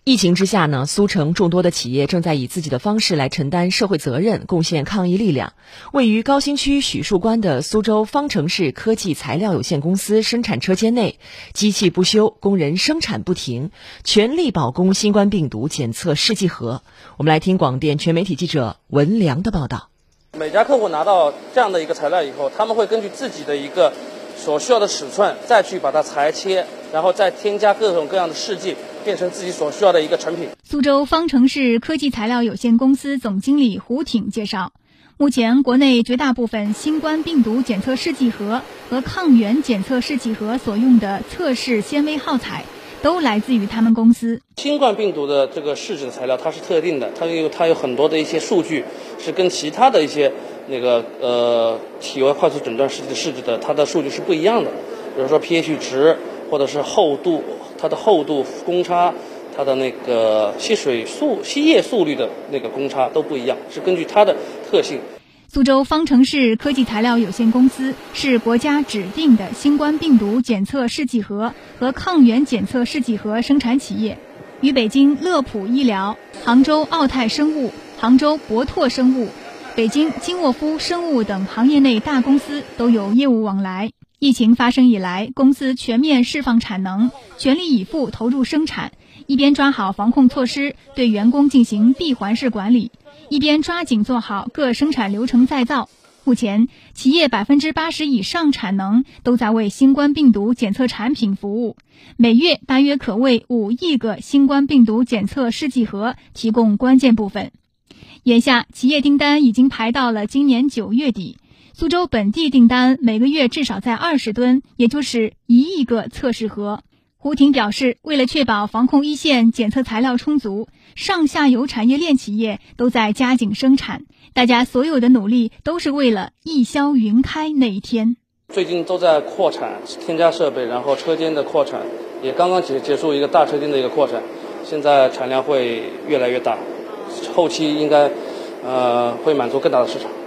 疫情之下呢，苏城众多的企业正在以自己的方式来承担社会责任，贡献抗疫力量。位于高新区许树关的苏州方程式科技材料有限公司生产车间内，机器不休，工人生产不停，全力保供新冠病毒检测试剂盒。我们来听广电全媒体记者文良的报道。 每家客户拿到这样的一个材料以后，他们会根据自己的一个所需要的尺寸，再去把它裁切，然后再添加各种各样的试剂，变成自己所需要的一个成品。 苏州方程式科技材料有限公司总经理胡挺介绍，目前国内绝大部分新冠病毒检测试剂盒和抗原检测试剂盒所用的测试纤维耗材都来自于他们公司。 新冠病毒的这个试纸的材料它是特定的，它有很多的一些数据是跟其他的一些体外快速诊断试剂的试纸的它的数据是不一样的，比如说 pH 值或者是厚度，它的厚度公差，它的那个吸液速率的那个公差都不一样，是根据它的特性。 苏州方程式科技材料有限公司是国家指定的新冠病毒检测试剂盒和抗原检测试剂盒生产企业，与北京乐普医疗、杭州奥泰生物、杭州博拓生物、北京金沃夫生物等行业内大公司都有业务往来。疫情发生以来，公司全面释放产能，全力以赴投入生产，一边抓好防控措施，对员工进行闭环式管理，一边抓紧做好各生产流程再造。目前，企业80%以上产能都在为新冠病毒检测产品服务，每月大约可为5亿个新冠病毒检测试剂盒提供关键部分。眼下，企业订单已经排到了今年9月底。苏州本地订单每个月至少在20吨，也就是1亿个测试盒。胡挺表示，为了确保防控一线检测材料充足，上下游产业链企业都在加紧生产，大家所有的努力都是为了一销云开那一天。 最近都在扩产，添加设备，然后车间的扩产也刚刚结束一个大车间的一个扩产，现在产量会越来越大，后期应该会满足更大的市场。